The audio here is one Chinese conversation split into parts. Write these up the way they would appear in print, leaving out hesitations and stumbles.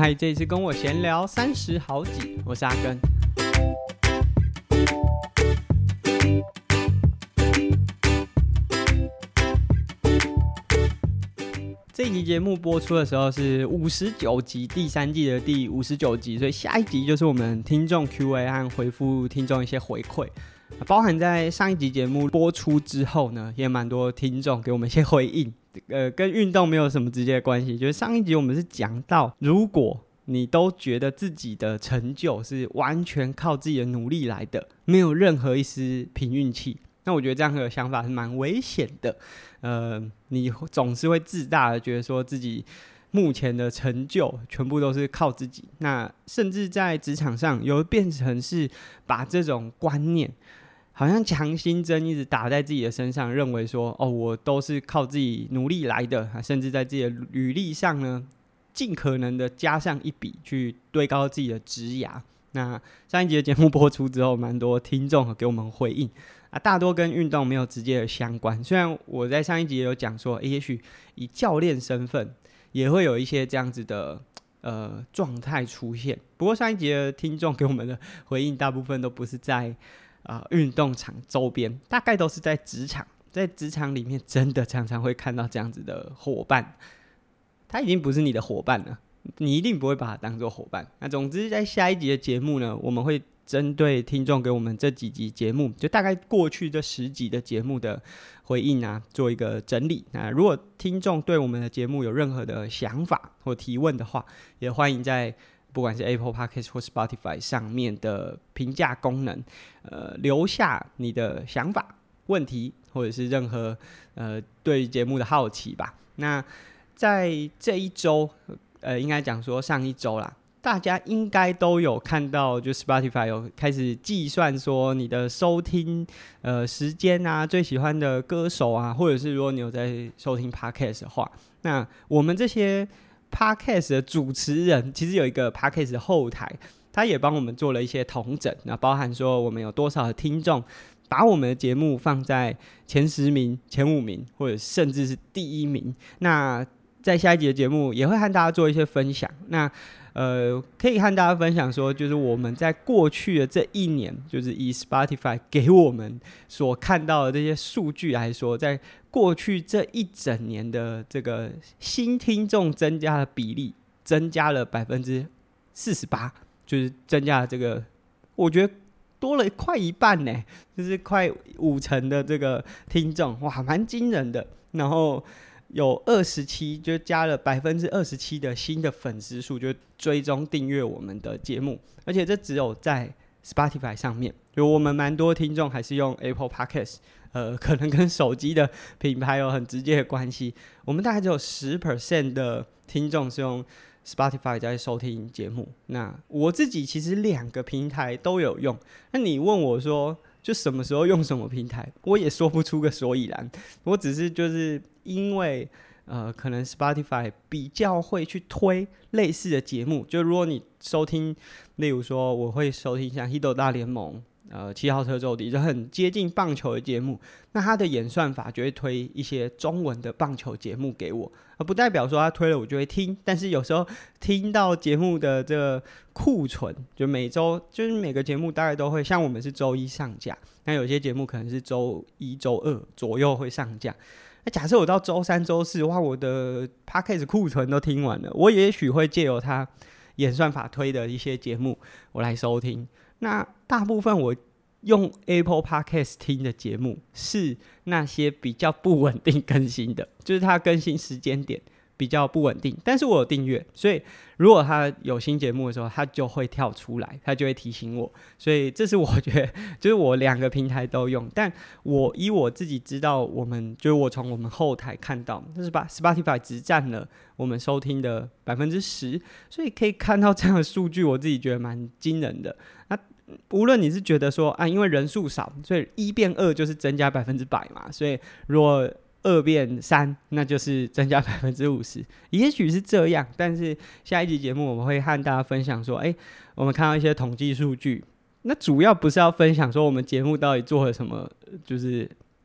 嗨，这一次跟我闲聊30好几，我是阿根。这一集节目播出的时候是59集，第3季的第59集，所以下一集就是我们听众 Q&A 和回复听众一些回馈。包含在上一集节目播出之后呢，也蛮多听众给我们一些回应，跟运动没有什么直接的关系。就是上一集我们是讲到，如果你都觉得自己的成就是完全靠自己的努力来的，没有任何一丝凭运气，那我觉得这样的想法是蛮危险的。你总是会自大的觉得说自己目前的成就全部都是靠自己，那甚至在职场上有变成是把这种观念好像强心针一直打在自己的身上，认为说我都是靠自己努力来的，甚至在自己的履历上呢尽可能的加上一笔去堆高自己的职涯。那上一集的节目播出之后，蛮多听众给我们回应大多跟运动没有直接的相关。虽然我在上一集也有讲说，也许以教练身份也会有一些这样子的状态出现，不过上一集的听众给我们的回应大部分都不是在运动场周边，大概都是在职场。在职场里面真的常常会看到这样子的伙伴，他已经不是你的伙伴了，你一定不会把他当作伙伴。那总之在下一集的节目呢，我们会针对听众给我们这几集节目，就大概过去这10集的节目的回应做一个整理。那如果听众对我们的节目有任何的想法或提问的话，也欢迎在不管是 Apple Podcast 或 Spotify 上面的评价功能留下你的想法、问题，或者是任何对节目的好奇吧。那在这一周应该讲说上一周啦，大家应该都有看到，就 Spotify 有开始计算说你的收听时间最喜欢的歌手或者是如果你有在收听 Podcast 的话，那我们这些 Podcast 的主持人其实有一个 Podcast 的后台，他也帮我们做了一些统整，那包含说我们有多少的听众把我们的节目放在前10名、前5名，或者甚至是第1名。那在下一集的节目也会和大家做一些分享。那可以和大家分享说，就是我们在过去的这1年，就是以 Spotify 给我们所看到的这些数据来说，在过去这1整年的这个新听众增加的比例增加了 48%， 就是增加了这个，我觉得多了快一半呢，就是快50%的这个听众，哇，蛮惊人的。然后有27%，就加了 27% 的新的粉丝数，就追踪订阅我们的节目，而且这只有在 Spotify 上面，就我们蛮多听众还是用 Apple Podcast， 可能跟手机的品牌有很直接的关系。我们大概只有 10% 的听众是用 Spotify 在收听节目。那我自己其实2个平台都有用，那你问我说就什么时候用什么平台，我也说不出个所以然。我只是就是因为可能 Spotify 比较会去推类似的节目，就如果你收听，例如说我会收听像 Hito 大联盟、7号车周迪，就很接近棒球的节目，那它的演算法就会推一些中文的棒球节目给我，不代表说它推了我就会听，但是有时候听到节目的这个库存，就每周就是每个节目大概都会，像我们是周1上架，那有些节目可能是周1、周2左右会上架。那假设我到周3、周4，哇，我的 Podcast 库存都听完了，我也许会借由它演算法推的一些节目我来收听。那大部分我用 Apple Podcast 听的节目是那些比较不稳定更新的，就是它更新时间点比较不稳定，但是我有订阅，所以如果它有新节目的时候，它就会跳出来，它就会提醒我。所以这是我觉得，就是我2个平台都用，但我以我自己知道，就是我从我们后台看到，就是把 Spotify 只占了我们收听的 10%， 所以可以看到这样的数据，我自己觉得蛮惊人的。那无论你是觉得说因为人数少，所以1变2就是增加100%嘛，所以如果2变3，那就是增加 50%， 也许是这样。但是下一集节目我们会和大家分享说，我们看到一些统计数据，那主要不是要分享说我们节目到底做了什么，就是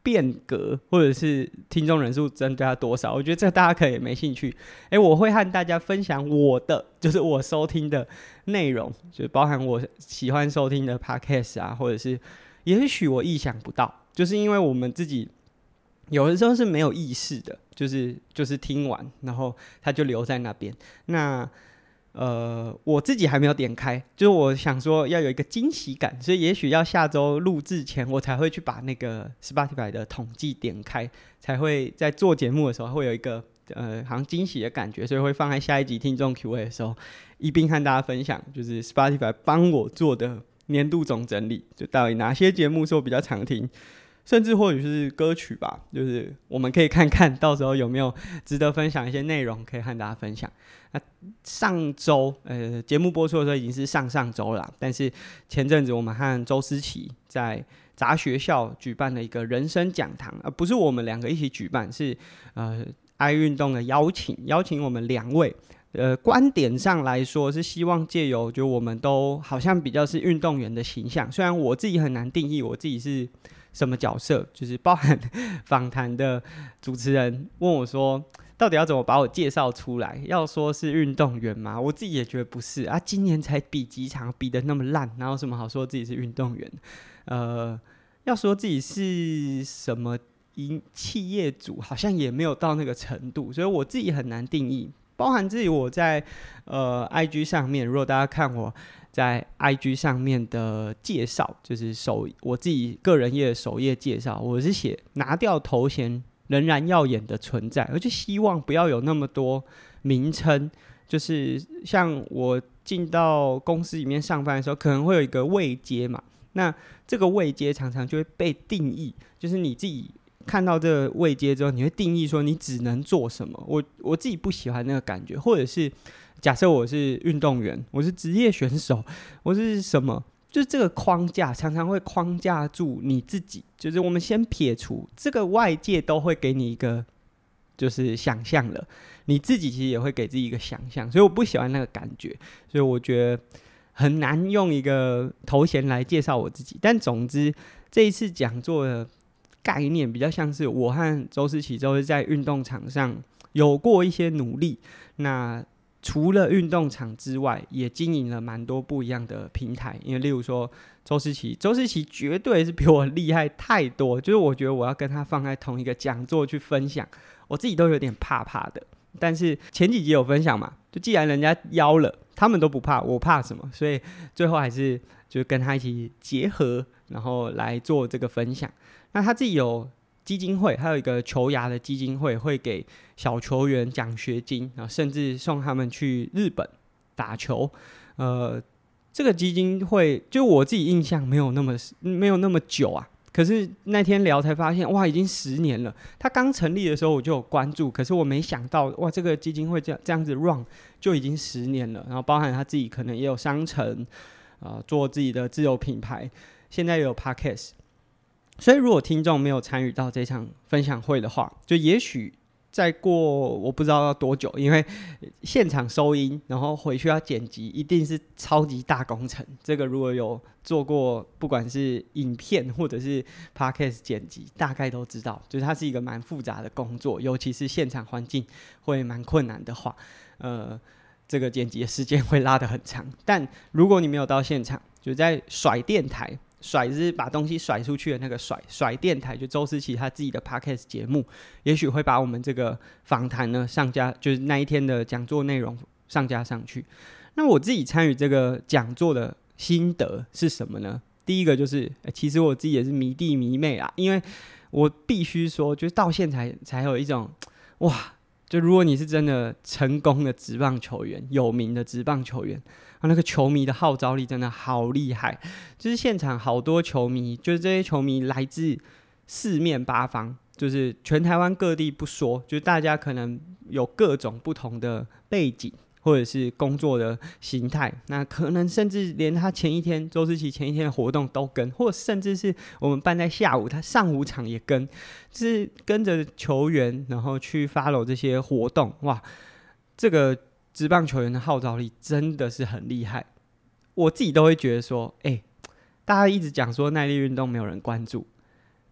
变革，或者是听众人数增加多少，我觉得这大家可以没兴趣。我会和大家分享就是我收听的内容，就包含我喜欢收听的 podcast 啊，或者是也许我意想不到，就是因为我们自己有的时候是没有意识的，就是听完，然后它就留在那边。那我自己还没有点开，就是我想说要有一个惊喜感，所以也许要下周录制前，我才会去把那个 Spotify 的统计点开，才会在做节目的时候会有一个好像惊喜的感觉，所以会放在下一集听众 Q&A 的时候一并和大家分享，就是 Spotify 帮我做的年度总整理，就到底哪些节目是我比较常听，甚至或许是歌曲吧，就是我们可以看看到时候有没有值得分享一些内容可以和大家分享。那上周节目播出的时候已经是上周了，但是前阵子我们和周思齐在杂学校举办了一个人生讲堂，不是我们两个一起举办，是爱运动的邀请我们2位。观点上来说是希望借由就我们都好像比较是运动员的形象，虽然我自己很难定义我自己是什么角色，就是包含访谈的主持人问我说到底要怎么把我介绍出来，要说是运动员吗？我自己也觉得不是啊，今年才比几场比得那么烂，哪有什么好说自己是运动员？要说自己是什么企业主好像也没有到那个程度，所以我自己很难定义。包含自己我在IG 上面，如果大家看我在 IG 上面的介绍，就是我自己个人页的首页介绍，我是写拿掉头衔仍然耀眼的存在，而且希望不要有那么多名称，就是像我进到公司里面上班的时候，可能会有一个位阶嘛，那这个位阶常常就会被定义，就是你自己看到这个位阶之后，你会定义说你只能做什么。我自己不喜欢那个感觉，或者是假设我是运动员，我是职业选手，我是什么，就是这个框架常常会框架住你自己。就是我们先撇除这个外界都会给你一个就是想象了，你自己其实也会给自己一个想象，所以我不喜欢那个感觉，所以我觉得很难用一个头衔来介绍我自己。但总之这一次讲座的概念比较像是我和周思齐都是在运动场上有过一些努力，那除了运动场之外也经营了蛮多不一样的平台，因为例如说周思齐绝对是比我厉害太多，就是我觉得我要跟他放在同一个讲座去分享，我自己都有点怕的。但是前几集有分享嘛，就既然人家邀了，他们都不怕，我怕什么？所以最后还是就跟他一起结合，然后来做这个分享。那他自己有基金会，还有一个球涯的基金会，会给小球员奖学金，然后甚至送他们去日本打球。这个基金会就我自己印象没有那么久啊，可是那天聊才发现，哇，已经10年了。他刚成立的时候我就有关注，可是我没想到，哇，这个基金会这样子 run 就已经10年了。然后包含他自己可能也有商城，做自己的自有品牌，现在也有 podcast。所以如果听众没有参与到这场分享会的话，就也许再过我不知道要多久，因为现场收音然后回去要剪辑一定是超级大工程。这个如果有做过不管是影片或者是 podcast 剪辑，大概都知道，就是它是一个蛮复杂的工作，尤其是现场环境会蛮困难的话，这个剪辑的时间会拉得很长。但如果你没有到现场，就在甩电台，甩是把东西甩出去的那个甩电台，就周思齐他自己的 podcast 节目，也许会把我们这个访谈呢上架，就是那一天的讲座内容上架上去。那我自己参与这个讲座的心得是什么呢？第一个就是，其实我自己也是迷弟迷妹啦，因为我必须说，就是到现在才有一种哇，就如果你是真的成功的职棒球员，有名的职棒球员。那个球迷的号召力真的好厉害，就是现场好多球迷，就是这些球迷来自四面八方，就是全台湾各地不说，就是大家可能有各种不同的背景或者是工作的形态，那可能甚至连他周思齐前一天的活动都跟，或者甚至是我们办在下午，他上午场也跟，就是跟着球员然后去 follow 这些活动。哇，这个职棒球员的号召力真的是很厉害，我自己都会觉得说，大家一直讲说耐力运动没有人关注，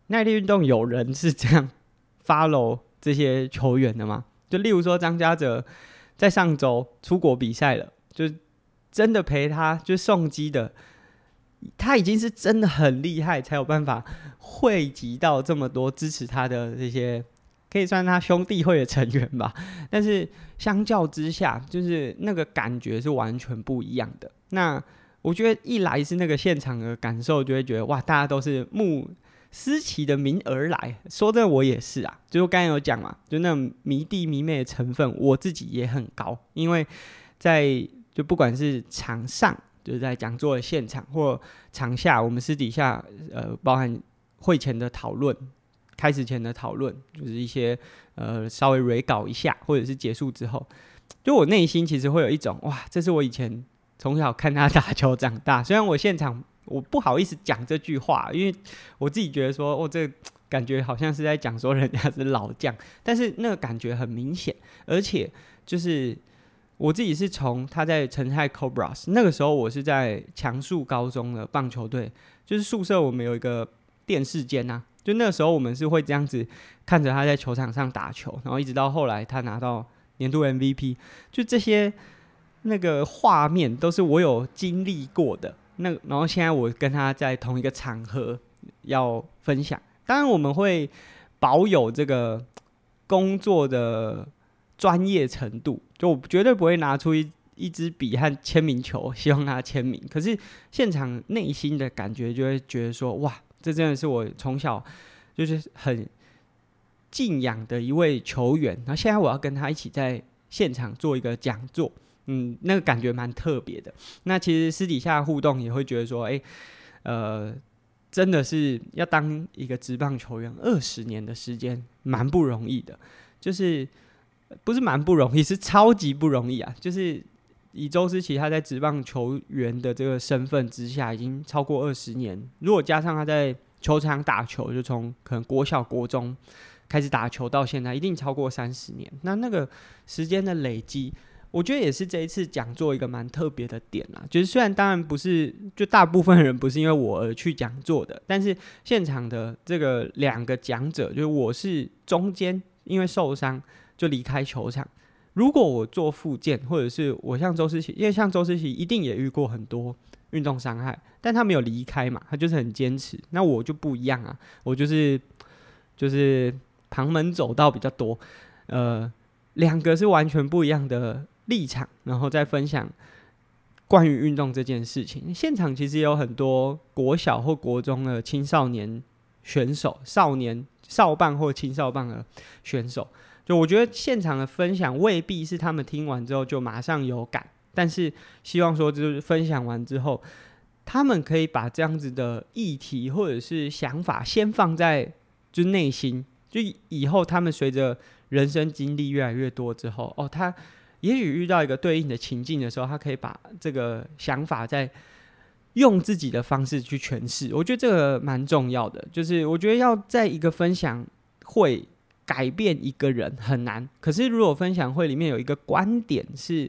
耐力运动有人是这样 follow 这些球员的吗？就例如说张家哲在上周出国比赛了，就真的陪他就送机的，他已经是真的很厉害，才有办法汇集到这么多支持他的这些，可以算他兄弟会的成员吧。但是相较之下，就是那个感觉是完全不一样的。那我觉得一来是那个现场的感受，就会觉得哇，大家都是慕思琪的名而来。说真的，我也是啊，就刚才有讲嘛，就那种迷弟迷妹的成分，我自己也很高。因为在就不管是场上，就是在讲座的现场，或场下，我们私底下包含会前的讨论、开始前的讨论，就是一些稍微蕊稿一下，或者是结束之后，就我内心其实会有一种哇，这是我以前从小看他打球长大。虽然我现场我不好意思讲这句话，因为我自己觉得说，这个感觉好像是在讲说人家是老将，但是那个感觉很明显，而且就是我自己是从他在陈泰 Cobras 那个时候，我是在强树高中的棒球队，就是宿舍我们有一个电视间啊，就那个时候我们是会这样子看着他在球场上打球，然后一直到后来他拿到年度 MVP， 就这些那个画面都是我有经历过的。然后现在我跟他在同一个场合要分享，当然我们会保有这个工作的专业程度，就我绝对不会拿出一支笔和签名球希望他签名，可是现场内心的感觉就会觉得说，哇，这真的是我从小就是很敬仰的一位球员，然后现在我要跟他一起在现场做一个讲座，那个感觉蛮特别的。那其实私底下互动也会觉得说，真的是要当一个职棒球员20年的时间，蛮不容易的。就是不是蛮不容易，是超级不容易啊！就是以周思齐他在职棒球员的这个身份之下，已经超过20年。如果加上他在球场打球，就从可能国小、国中开始打球到现在，一定超过30年。那个时间的累积，我觉得也是这一次讲座一个蛮特别的点啦。就是虽然当然不是，就大部分人不是因为我而去讲座的，但是现场的这个2个讲者，就是我是中间因为受伤就离开球场。如果我做复健，或者是我像周思齐，因为像周思齐一定也遇过很多运动伤害，但他没有离开嘛，他就是很坚持。那我就不一样啊，我就是旁门走道比较多。2个是完全不一样的立场，然后再分享关于运动这件事情。现场其实也有很多国小或国中的青少年选手、少棒或青少棒的选手。就我觉得现场的分享未必是他们听完之后就马上有感，但是希望说就是分享完之后，他们可以把这样子的议题或者是想法先放在就是内心，就以后他们随着人生经历越来越多之后，他也许遇到一个对应的情境的时候，他可以把这个想法再用自己的方式去诠释。我觉得这个蛮重要的，就是我觉得要在一个分享会改变一个人很难，可是如果分享会里面有一个观点是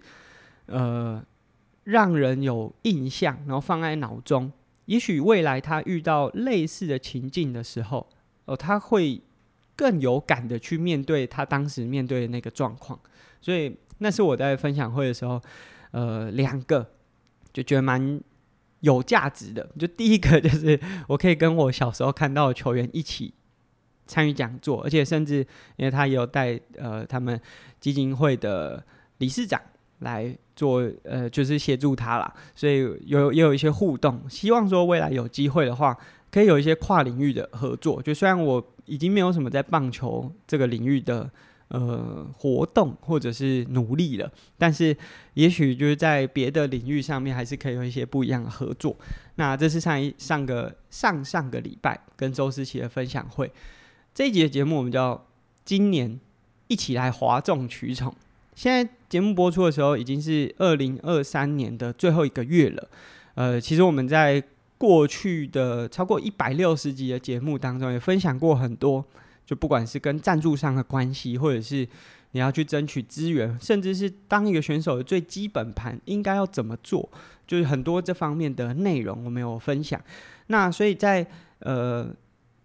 让人有印象，然后放在脑中，也许未来他遇到类似的情境的时候，他会更有感的去面对他当时面对的那个状况。所以那是我在分享会的时候2个就觉得蛮有价值的。就第一个就是我可以跟我小时候看到的球员一起参与讲座，而且甚至因为他也有带他们基金会的理事长来做就是协助他啦，所以也有一些互动。希望说未来有机会的话，可以有一些跨领域的合作。就虽然我已经没有什么在棒球这个领域的活动或者是努力了，但是也许就是在别的领域上面还是可以有一些不一样的合作。那这是上个礼拜跟周思齐的分享会。这一集的节目我们叫今年一起来哗众取宠。现在节目播出的时候已经是2023年的最后1个月了。其实我们在过去的超过160集的节目当中也分享过很多，就不管是跟赞助商的关系，或者是你要去争取资源，甚至是当一个选手的最基本盘应该要怎么做，就是很多这方面的内容我们有分享。那所以在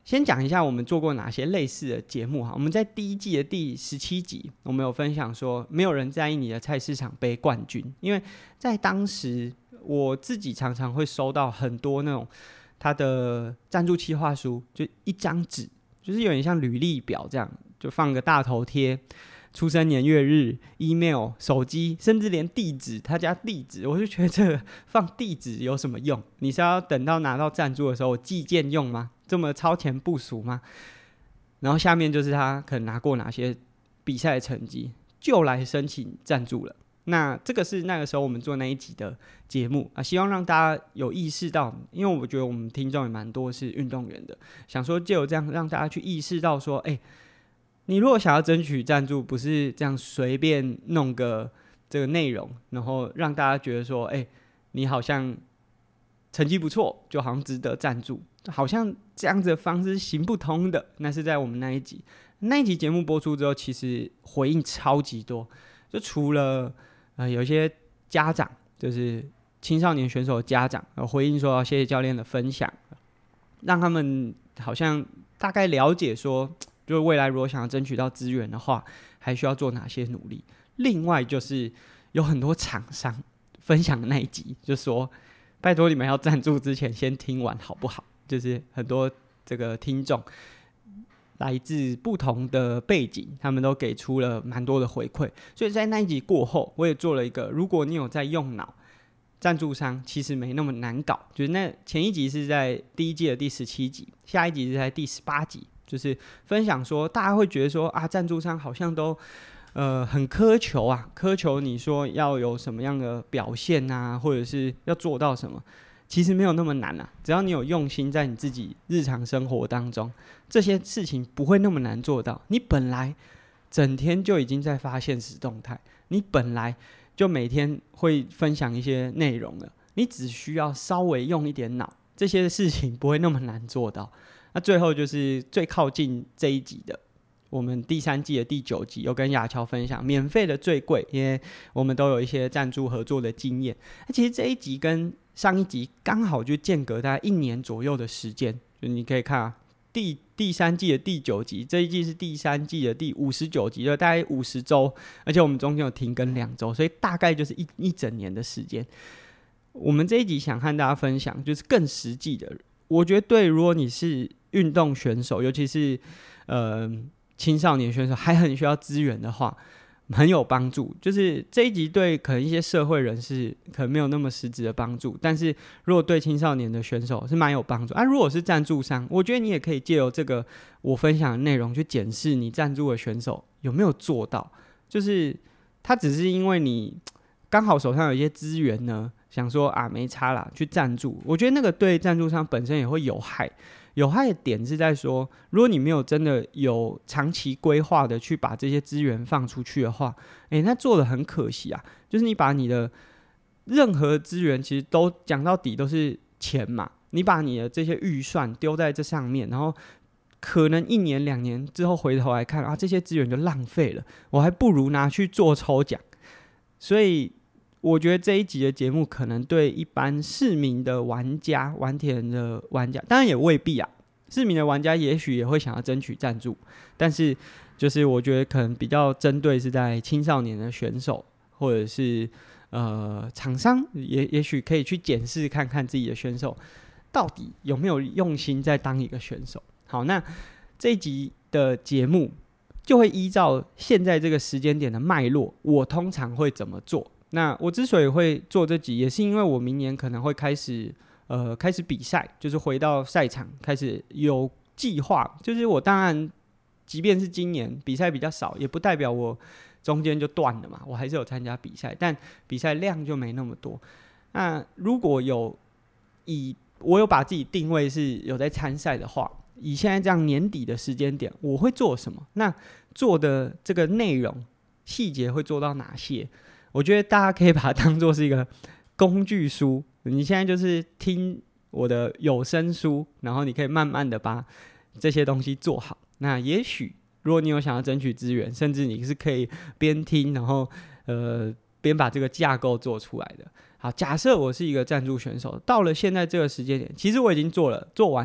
先讲一下我们做过哪些类似的节目哈。我们在第1季的第17集，我们有分享说，没有人在意你的菜市场杯冠军，因为在当时我自己常常会收到很多那种他的赞助企划书，就一张纸，就是有点像履历表这样，就放个大头贴、出生年月日、email、手机，甚至连地址，他家地址，我就觉得这个放地址有什么用？你是要等到拿到赞助的时候寄件用吗？这么超前部署吗？然后下面就是他可能拿过哪些比赛的成绩，就来申请赞助了。那这个是那个时候我们做那一集的节目啊，希望让大家有意识到，因为我觉得我们听众也蛮多是运动员的，想说借由这样让大家去意识到说，你如果想要争取赞助，不是这样随便弄个这个内容，然后让大家觉得说，你好像成绩不错，就好像值得赞助，好像这样子的方式行不通的。那是在我们那一集节目播出之后，其实回应超级多，就除了有一些家长，就是青少年选手的家长回应说谢谢教练的分享，让他们好像大概了解说，就是未来如果想要争取到资源的话，还需要做哪些努力。另外就是有很多厂商分享的那一集，就说拜托你们要赞助之前先听完好不好？就是很多这个听众来自不同的背景，他们都给出了蛮多的回馈，所以在那一集过后，我也做了一个，如果你有在用脑，赞助商其实没那么难搞。就是那前一集是在第1季的第17集，下一集是在第18集，就是分享说大家会觉得说啊，赞助商好像都很苛求啊，苛求你说要有什么样的表现啊，或者是要做到什么。其实没有那么难啊，只要你有用心在你自己日常生活当中，这些事情不会那么难做到。你本来整天就已经在发现实动态，你本来就每天会分享一些内容了，你只需要稍微用一点脑，这些事情不会那么难做到。那最后就是最靠近这一集的，我们第3季的第9集有跟亚乔分享免费的最贵，因为我们都有一些赞助合作的经验。其实这一集跟上一集刚好就间隔大概1年左右的时间，就你可以看啊，第3季的第9集，这一季是第3季的第59集，就大概50周，而且我们中间有停更2周，所以大概就是一整年的时间。我们这一集想和大家分享就是更实际的，我觉得对，如果你是运动选手，尤其是青少年选手还很需要资源的话，很有帮助。就是这一集对可能一些社会人士可能没有那么实质的帮助，但是如果对青少年的选手是蛮有帮助。如果是赞助商，我觉得你也可以借由这个我分享的内容去检视你赞助的选手有没有做到，就是他只是因为你刚好手上有一些资源呢，想说啊没差啦去赞助，我觉得那个对赞助商本身也会有害。有害的点是在说，如果你没有真的有长期规划的去把这些资源放出去的话，那做的很可惜啊。就是你把你的任何资源，其实都讲到底都是钱嘛，你把你的这些预算丢在这上面，然后可能1年2年之后回头来看啊，这些资源就浪费了，我还不如拿去做抽奖。所以我觉得这一集的节目可能对一般市民的玩家、玩铁人的玩家，当然也未必啊。市民的玩家也许也会想要争取赞助，但是就是我觉得可能比较针对是在青少年的选手，或者是厂商，也许可以去检视看看自己的选手到底有没有用心在当一个选手。好，那这一集的节目就会依照现在这个时间点的脉络，我通常会怎么做。那我之所以会做这集，也是因为我明年可能会开始比赛，就是回到赛场开始有计划。就是我当然，即便是今年比赛比较少，也不代表我中间就断了嘛，我还是有参加比赛，但比赛量就没那么多。那如果我有把自己定位是有在参赛的话，以现在这样年底的时间点，我会做什么？那做的这个内容细节会做到哪些？我觉得大家可以把它当作是一个工具书，你现在就是听我的有声书，然后你可以慢慢的把这些东西做好。那也许如果你有想要争取资源，甚至你是可以边听然后边把这个架构做出来的。好，假设我是一个赞助选手，到了现在这个时间点，其实我已经做完了，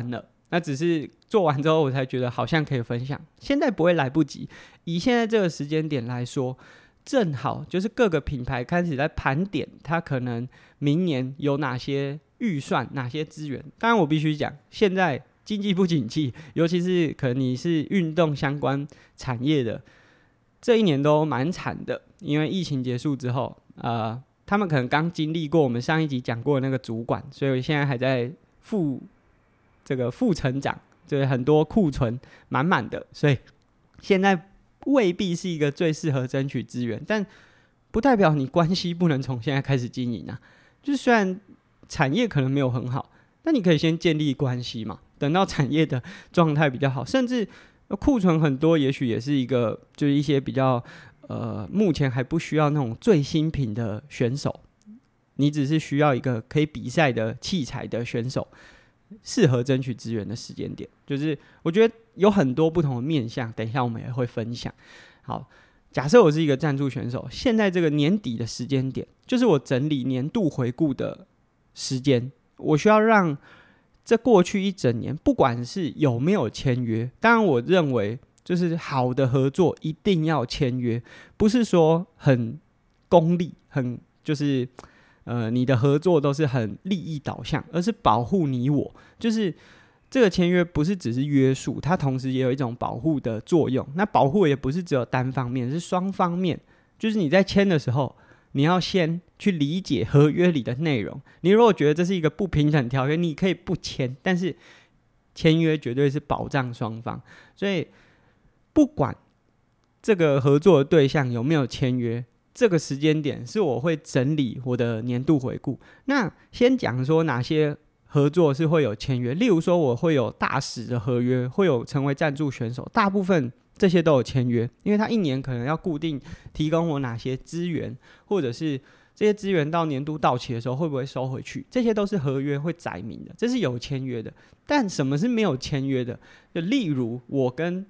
那只是做完之后我才觉得好像可以分享，现在不会来不及。以现在这个时间点来说，正好就是各个品牌开始在盘点它可能明年有哪些预算、哪些资源。当然我必须讲，现在经济不景气，尤其是可能你是运动相关产业的，这一年都蛮惨的，因为疫情结束之后，他们可能刚经历过我们上一集讲过的那个主管，所以现在还在负成长，就是很多库存满满的，所以现在未必是一个最适合争取资源，但不代表你关系不能从现在开始经营啊。就是虽然产业可能没有很好，但你可以先建立关系嘛，等到产业的状态比较好，甚至库存很多，也许也是一个就是一些比较目前还不需要那种最新品的选手，你只是需要一个可以比赛的器材的选手，适合争取资源的时间点，就是我觉得有很多不同的面向，等一下我们也会分享。好，假设我是一个赞助选手，现在这个年底的时间点，就是我整理年度回顾的时间，我需要让这过去一整年，不管是有没有签约，当然我认为就是好的合作一定要签约，不是说很功利，很就是你的合作都是很利益导向，而是保护你我，就是这个签约不是只是约束，它同时也有一种保护的作用。那保护也不是只有单方面，是双方面，就是你在签的时候，你要先去理解合约里的内容。你如果觉得这是一个不平等条约，你可以不签，但是签约绝对是保障双方。所以不管这个合作的对象有没有签约，这个时间点是我会整理我的年度回顾。那先讲说哪些合作是会有签约，例如说我会有大使的合约，会有成为赞助选手，大部分这些都有签约，因为他一年可能要固定提供我哪些资源，或者是这些资源到年度到期的时候会不会收回去，这些都是合约会载明的，这是有签约的。但什么是没有签约的？就例如我跟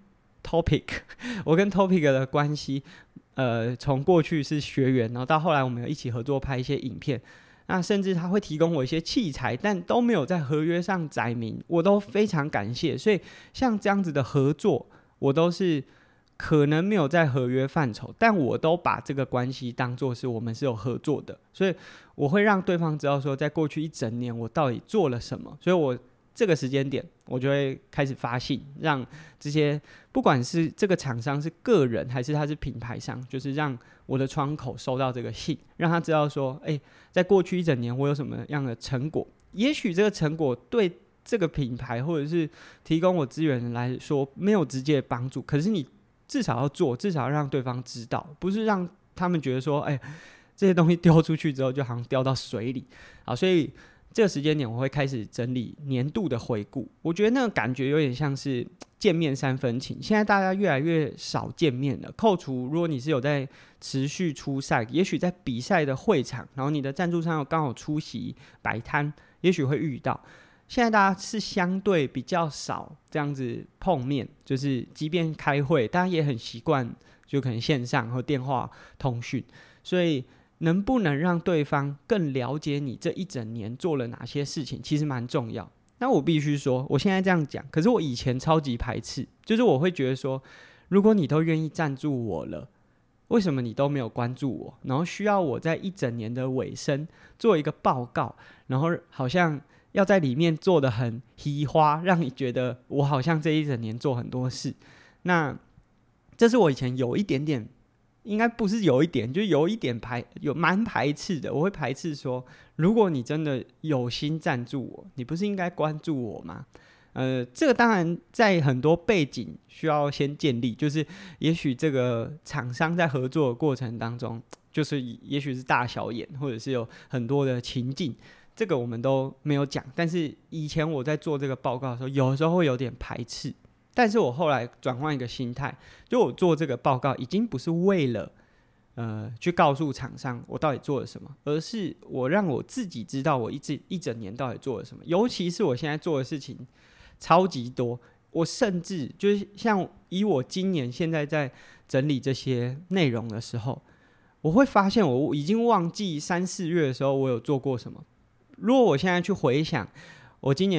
Topic 的关系，从过去是学员，然后到后来我们有一起合作拍一些影片，那甚至他会提供我一些器材，但都没有在合约上载明，我都非常感谢。所以像这样子的合作，我都是可能没有在合约范畴，但我都把这个关系当作是我们是有合作的，所以我会让对方知道说，在过去一整年我到底做了什么。所以我这个时间点，我就会开始发信，让这些不管是这个厂商是个人还是他是品牌商，就是让我的窗口收到这个信，让他知道说，在过去一整年我有什么样的成果。也许这个成果对这个品牌或者是提供我资源来说没有直接的帮助，可是你至少要做，至少要让对方知道，不是让他们觉得说，这些东西丢出去之后就好像掉到水里。好，所以这个时间点我会开始整理年度的回顾，我觉得那个感觉有点像是见面三分情。现在大家越来越少见面了，扣除如果你是有在持续出赛，也许在比赛的会场，然后你的赞助商有刚好出席摆摊，也许会遇到。现在大家是相对比较少这样子碰面，就是即便开会，大家也很习惯就可能线上或电话通讯，所以能不能让对方更了解你这一整年做了哪些事情，其实蛮重要。那我必须说，我现在这样讲，可是我以前超级排斥，就是我会觉得说，如果你都愿意赞助我了，为什么你都没有关注我？然后需要我在一整年的尾声做一个报告，然后好像要在里面做得很稀花，让你觉得我好像这一整年做很多事。那这是我以前有一点点，应该不是有一点，就有一点蛮排斥的。我会排斥说，如果你真的有心赞助我，你不是应该关注我吗？这个当然在很多背景需要先建立，就是也许这个厂商在合作的过程当中，就是也许是大小眼，或者是有很多的情境，这个我们都没有讲。但是以前我在做这个报告的时候，有的时候会有点排斥，但是我后来转换一个心态，就我做这个报告已经不是为了去告诉厂商我到底做了什么，而是我让我自己知道我一整年到底做了什么。尤其是我现在做的事情超级多，我甚至就是像以我今年现在在整理这些内容的时候，我会发现我已经忘记3、4月的时候我有做过什么。如果我现在去回想我今年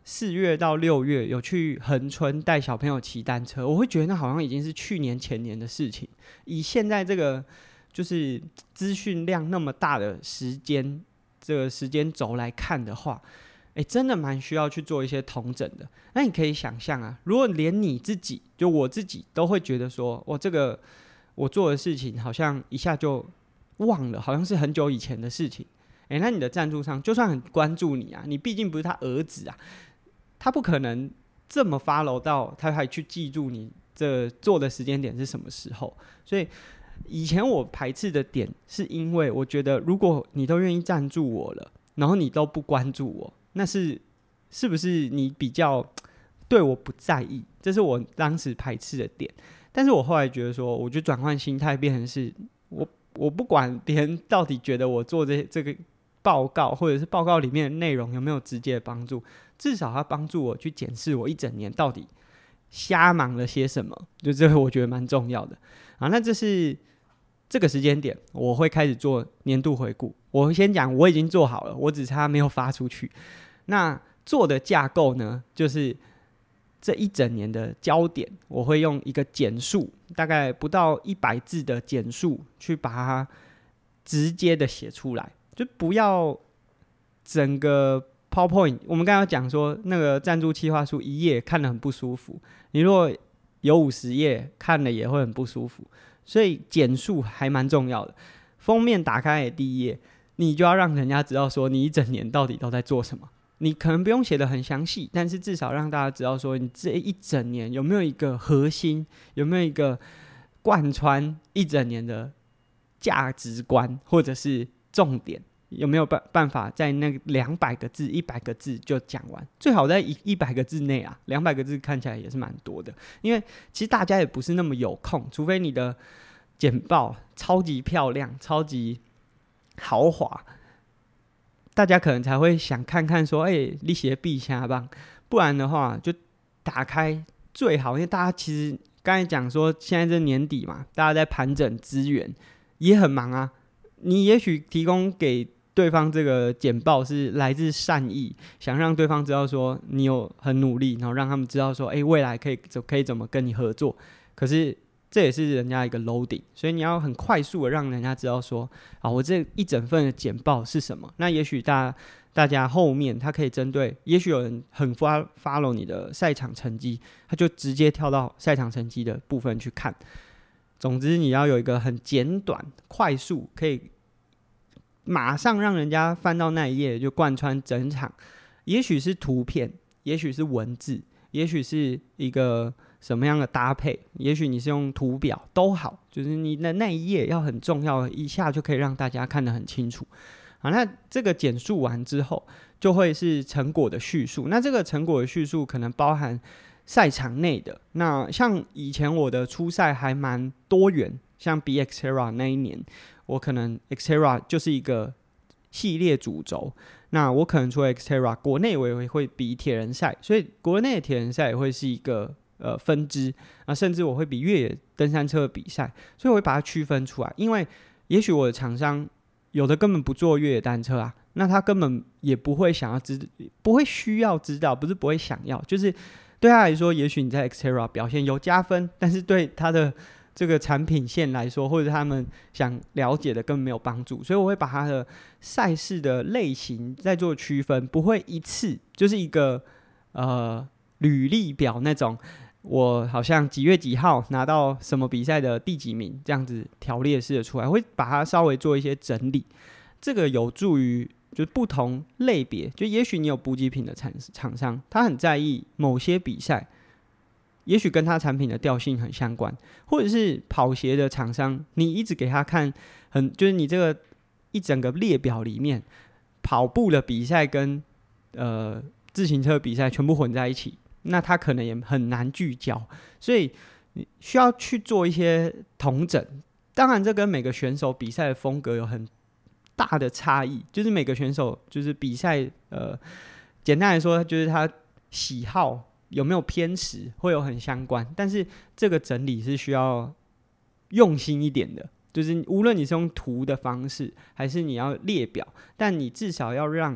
4月到6月有去恒春带小朋友骑单车，我会觉得那好像已经是去年前年的事情。以现在这个就是资讯量那么大的时间，这个时间轴来看的话，真的蛮需要去做一些统整的。那你可以想象啊，如果连你自己，就我自己都会觉得说，这个我做的事情好像一下就忘了，好像是很久以前的事情。那你的赞助商就算很关注你啊，你毕竟不是他儿子啊，他不可能这么 follow 到他还去记住你这做的时间点是什么时候。所以以前我排斥的点是因为我觉得如果你都愿意赞助我了，然后你都不关注我，那是不是你比较对我不在意？这是我当时排斥的点。但是我后来觉得说，我就转换心态，变成是我不管别人到底觉得我做这个报告或者是报告里面的内容有没有直接的帮助，至少它帮助我去检视我一整年到底瞎忙了些什么，就这个我觉得蛮重要的啊。那这是这个时间点，我会开始做年度回顾。我先讲，我已经做好了，我只差没有发出去。那做的架构呢，就是这一整年的焦点，我会用一个简述，大概不到100字的简述，去把它直接的写出来，就不要整个 PowerPoint。我们刚才讲说，那个赞助企划书1页看得很不舒服，你如果有50页看了也会很不舒服，所以简述还蛮重要的。封面打开的第1页，你就要让人家知道说你一整年到底都在做什么。你可能不用写得很详细，但是至少让大家知道说你这一整年有没有一个核心，有没有一个贯穿一整年的价值观或者是重点，有没有办法在那200个字、100个字就讲完？最好在100个字内啊，200个字看起来也是蛮多的。因为其实大家也不是那么有空，除非你的简报超级漂亮、超级豪华，大家可能才会想看看说，你写必下吧，不然的话就打开最好。因为大家其实刚才讲说，现在这年底嘛，大家在盘整资源，也很忙啊。你也许提供给对方这个简报是来自善意，想让对方知道说你有很努力，然后让他们知道说，未来可以怎么跟你合作。可是这也是人家一个 loading， 所以你要很快速的让人家知道说，我这一整份的简报是什么。那也许大家后面他可以针对，也许有人很 follow 你的赛场成绩，他就直接跳到赛场成绩的部分去看。总之你要有一个很简短快速，可以马上让人家翻到那一页就贯穿整场，也许是图片，也许是文字，也许是一个什么样的搭配，也许你是用图表都好，就是你的那一页要很重要，一下就可以让大家看得很清楚。好，那这个简述完之后就会是成果的叙述。那这个成果的叙述可能包含赛场内的，那像以前我的初赛还蛮多元，像比 Xterra 那一年，我可能 Xterra 就是一个系列主轴，那我可能除了 Xterra 国内我也会比铁人赛，所以国内的铁人赛也会是一个分支，甚至我会比越野登山车的比赛，所以我会把它区分出来。因为也许我的厂商有的根本不做越野单车啊，那他根本也不会想要不会需要知道，不是不会想要，就是对他来说，也许你在 Xterra 表现有加分，但是对他的这个产品线来说，或者他们想了解的根本没有帮助，所以我会把他的赛事的类型再做区分，不会一次就是一个履历表那种，我好像几月几号拿到什么比赛的第几名这样子条列式的出来，会把它稍微做一些整理，这个有助于就不同类别，就也许你有补给品的厂商，他很在意某些比赛，也许跟他产品的调性很相关，或者是跑鞋的厂商，你一直给他看就是你这个一整个列表里面，跑步的比赛跟自行车比赛全部混在一起，那他可能也很难聚焦，所以你需要去做一些统整。当然这跟每个选手比赛的风格有很大的差异，就是每个选手就是比赛简单来说就是他喜好有没有偏食会有很相关，但是这个整理是需要用心一点的，就是无论你是用图的方式还是你要列表，但你至少要让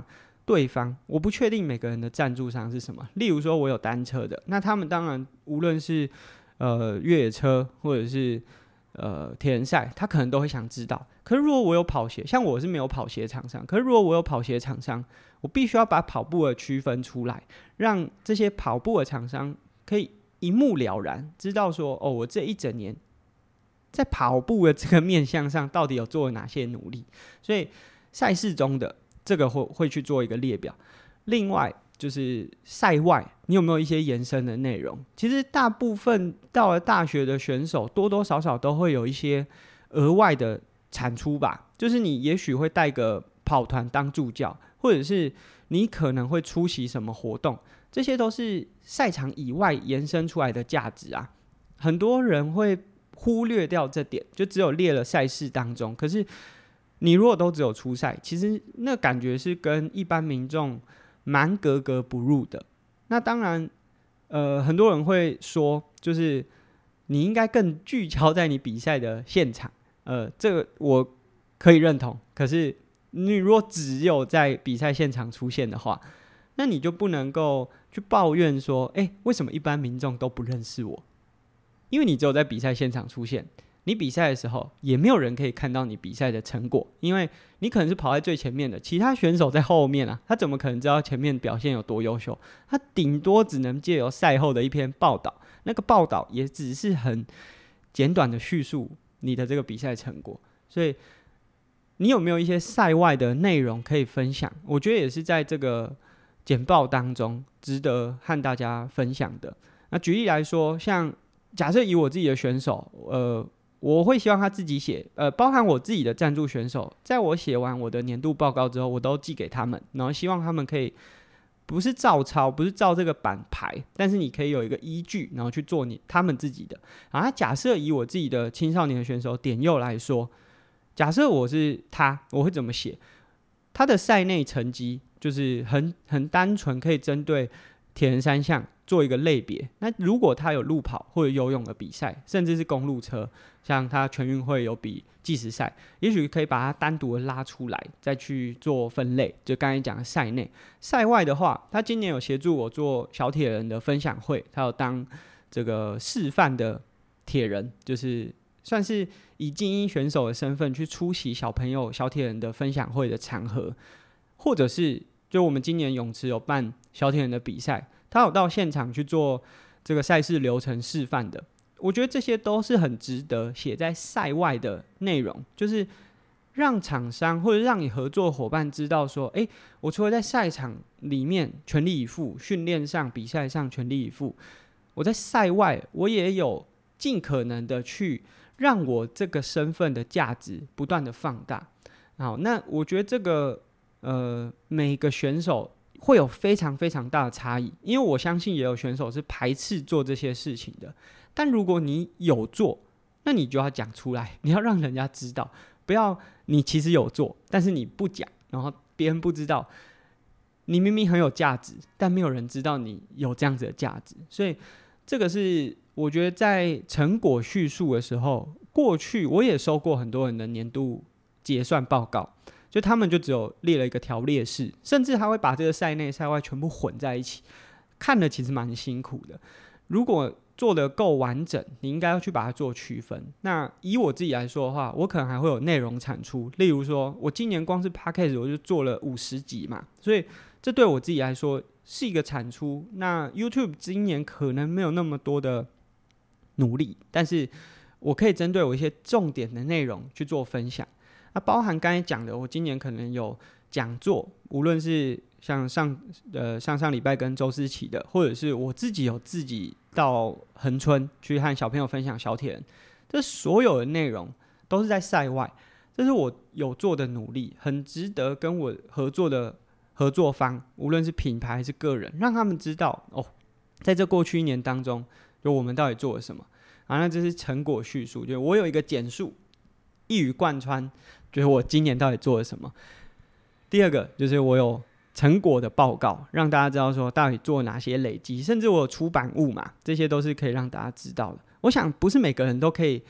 对方，我不确定每个人的赞助商是什么。例如说，我有单车的，那他们当然无论是越野车或者是铁人赛，他可能都会想知道。可是如果我有跑鞋，像我是没有跑鞋厂商，可是如果我有跑鞋厂商，我必须要把跑步的区分出来，让这些跑步的厂商可以一目了然知道说，哦，我这一整年在跑步的这个面向上到底有做了哪些努力。所以赛事中的这个会去做一个列表。另外就是赛外，你有没有一些延伸的内容？其实大部分到了大学的选手，多多少少都会有一些额外的产出吧。就是你也许会带个跑团当助教，或者是你可能会出席什么活动，这些都是赛场以外延伸出来的价值啊。很多人会忽略掉这点，就只有列了赛事当中。可是你如果都只有出赛，其实那感觉是跟一般民众蛮格格不入的。那当然，很多人会说，就是你应该更聚焦在你比赛的现场。这个我可以认同。可是你如果只有在比赛现场出现的话，那你就不能够去抱怨说，为什么一般民众都不认识我？因为你只有在比赛现场出现。你比赛的时候也没有人可以看到你比赛的成果，因为你可能是跑在最前面的，其他选手在后面啊，他怎么可能知道前面表现有多优秀？他顶多只能借由赛后的一篇报道，那个报道也只是很简短的叙述你的这个比赛成果。所以你有没有一些赛外的内容可以分享？我觉得也是在这个简报当中值得和大家分享的。那举例来说，像假设以我自己的选手，我会希望他自己写，包含我自己的赞助选手，在我写完我的年度报告之后，我都寄给他们，然后希望他们可以不是照抄，不是照这个版排，但是你可以有一个依据，然后去做他们自己的。然后假设以我自己的青少年的选手点佑来说，假设我是他，我会怎么写？他的赛内成绩就是很单纯，可以针对铁人三项做一个类别。那如果他有路跑或者游泳的比赛，甚至是公路车，像他全运会有比计时赛，也许可以把它单独的拉出来，再去做分类。就刚才讲的赛内。赛外的话，他今年有协助我做小铁人的分享会，他有当这个示范的铁人，就是算是以精英选手的身份去出席小朋友小铁人的分享会的场合，或者是就我们今年泳池有办小铁人的比赛，他有到现场去做这个赛事流程示范的。我觉得这些都是很值得写在赛外的内容，就是让厂商或者让你合作伙伴知道说，我除了在赛场里面全力以赴，训练上比赛上全力以赴，我在赛外我也有尽可能的去让我这个身份的价值不断的放大。好，那我觉得这个每个选手会有非常非常大的差异，因为我相信也有选手是排斥做这些事情的。但如果你有做，那你就要讲出来，你要让人家知道，不要你其实有做，但是你不讲，然后别人不知道，你明明很有价值，但没有人知道你有这样子的价值。所以这个是我觉得在成果叙述的时候，过去我也收过很多人的年度结算报告，就他们就只有列了一个条列式，甚至他会把这个赛内赛外全部混在一起，看了其实蛮辛苦的。如果做得够完整，你应该要去把它做区分。那以我自己来说的话，我可能还会有内容产出，例如说我今年光是 Podcast 我就做了50集嘛，所以这对我自己来说是一个产出。那 YouTube 今年可能没有那么多的努力，但是我可以针对我一些重点的内容去做分享。那包含刚才讲的，我今年可能有讲座，无论是像上礼拜跟周思齐的，或者是我自己有自己到恒春去和小朋友分享小铁人，这所有的内容都是在赛外，这是我有做的努力，很值得跟我合作的合作方，无论是品牌还是个人，让他们知道在这过去1年当中，就我们到底做了什么。那这是成果叙述，就我有一个简述，一语贯穿，就是我今年到底做了什么。第二个就是我有成果的报告，让大家知道说到底做哪些累积，甚至我有出版物嘛，这些都是可以让大家知道的。我想不是每个人都可以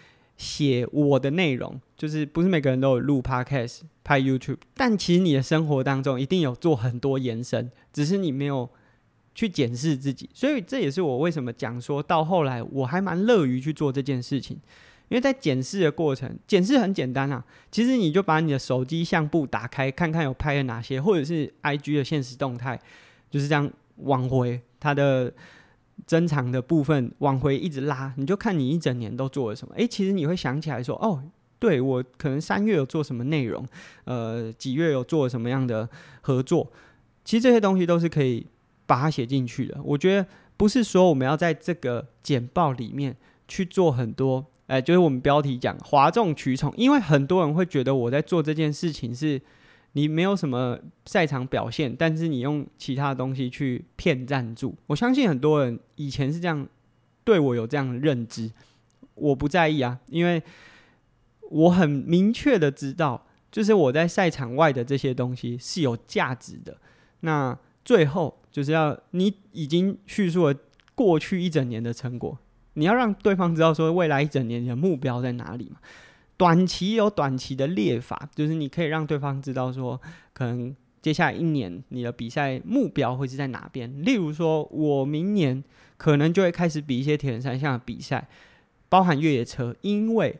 写我的内容，就是不是每个人都有录 podcast 拍 YouTube， 但其实你的生活当中一定有做很多延伸，只是你没有去检视自己。所以这也是我为什么讲说到后来我还蛮乐于去做这件事情，因为在检视的过程，检视很简单啊，其实你就把你的手机相簿打开，看看有拍了哪些，或者是 IG 的限时动态，就是这样往回它的珍藏的部分往回一直拉，你就看你一整年都做了什么。其实你会想起来说，哦，对，我可能3月有做什么内容，几月有做什么样的合作，其实这些东西都是可以把它写进去的。我觉得不是说我们要在这个简报里面去做很多，就是我们标题讲哗众取宠，因为很多人会觉得我在做这件事情是你没有什么赛场表现，但是你用其他东西去骗赞助。我相信很多人以前是这样对我有这样的认知，我不在意啊，因为我很明确的知道，就是我在赛场外的这些东西是有价值的。那最后就是要你已经叙述了过去一整年的成果，你要让对方知道说未来一整年你的目标在哪里嘛。短期有短期的列法，就是你可以让对方知道说，可能接下来1年你的比赛目标会是在哪边。例如说，我明年可能就会开始比一些铁人三项的比赛，包含越野车，因为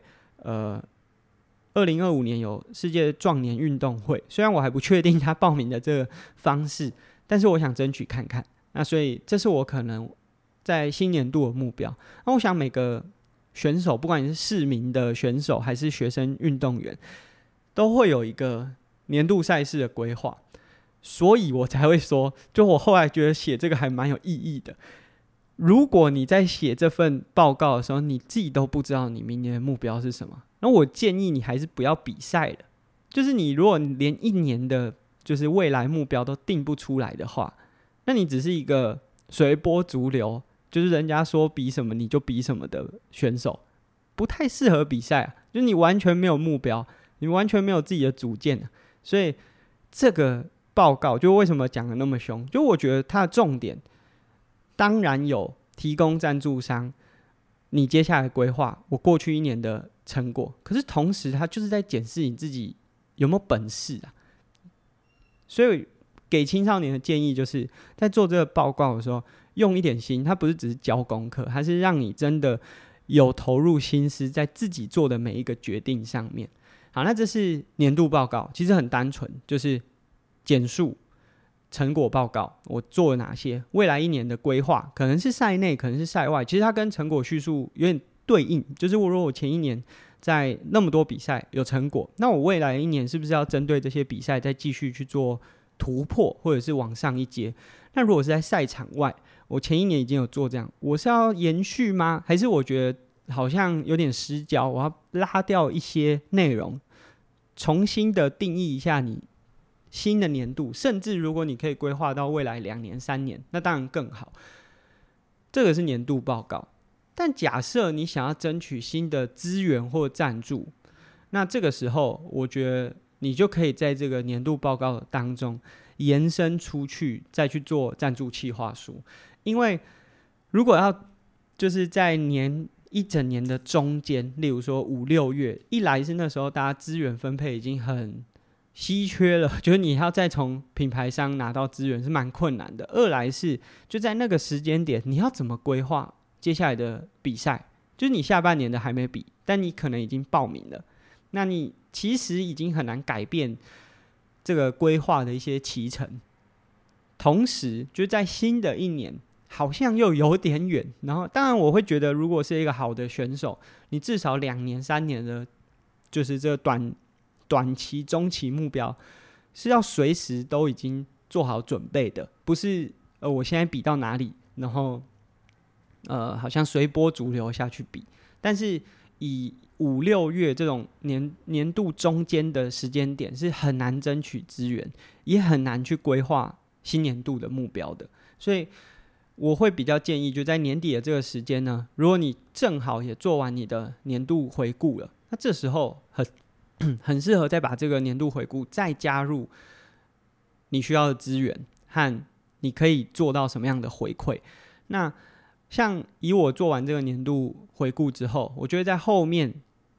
2025年有世界壮年运动会，虽然我还不确定他报名的这个方式，但是我想争取看看。那所以这是我可能在新年度的目标。那我想每个选手，不管你是市民的选手还是学生运动员，都会有一个年度赛事的规划，所以我才会说，就我后来觉得写这个还蛮有意义的。如果你在写这份报告的时候，你自己都不知道你明年的目标是什么，那我建议你还是不要比赛了。就是你如果连1年的就是未来目标都定不出来的话，那你只是一个随波逐流，就是人家说比什么你就比什么的选手，不太适合比赛啊。就是你完全没有目标，你完全没有自己的主见啊。所以这个报告就为什么讲的那么凶，就我觉得它的重点当然有提供赞助商你接下来规划我过去1年的成果，可是同时它就是在检视你自己有没有本事啊。所以给青少年的建议就是在做这个报告的时候用一点心，它不是只是教功课，它是让你真的有投入心思在自己做的每一个决定上面。好，那这是年度报告，其实很单纯，就是简述成果报告，我做了哪些，未来1年的规划，可能是赛内，可能是赛外，其实它跟成果叙述有点对应，就是如果我前1年在那么多比赛有成果，那我未来1年是不是要针对这些比赛再继续去做突破，或者是往上一阶？那如果是在赛场外，我前1年已经有做这样，我是要延续吗？还是我觉得好像有点失焦，我要拉掉一些内容，重新的定义一下你新的年度，甚至如果你可以规划到未来2年3年，那当然更好。这个是年度报告。但假设你想要争取新的资源或赞助，那这个时候我觉得你就可以在这个年度报告当中延伸出去，再去做赞助企划书。因为如果要就是在一整年的中间，例如说5、6月，一来是那时候大家资源分配已经很稀缺了，就是你要再从品牌商拿到资源是蛮困难的。2来是就在那个时间点，你要怎么规划接下来的比赛？就是你下半年的还没比，但你可能已经报名了，那你其实已经很难改变这个规划的一些期程。同时，就在新的1年，好像又有点远。然后，当然我会觉得，如果是一个好的选手，你至少2年、3年的，就是这个短期、中期目标是要随时都已经做好准备的，不是我现在比到哪里，然后好像随波逐流下去比。但是以5、6月这种年度中间的时间点是很难争取资源，也很难去规划新年度的目标的。所以我会比较建议，就在年底的这个时间呢，如果你正好也做完你的年度回顾了，那这时候很适合再把这个年度回顾再加入你需要的资源和你可以做到什么样的回馈。那像以我做完这个年度回顾之后，我觉得在后面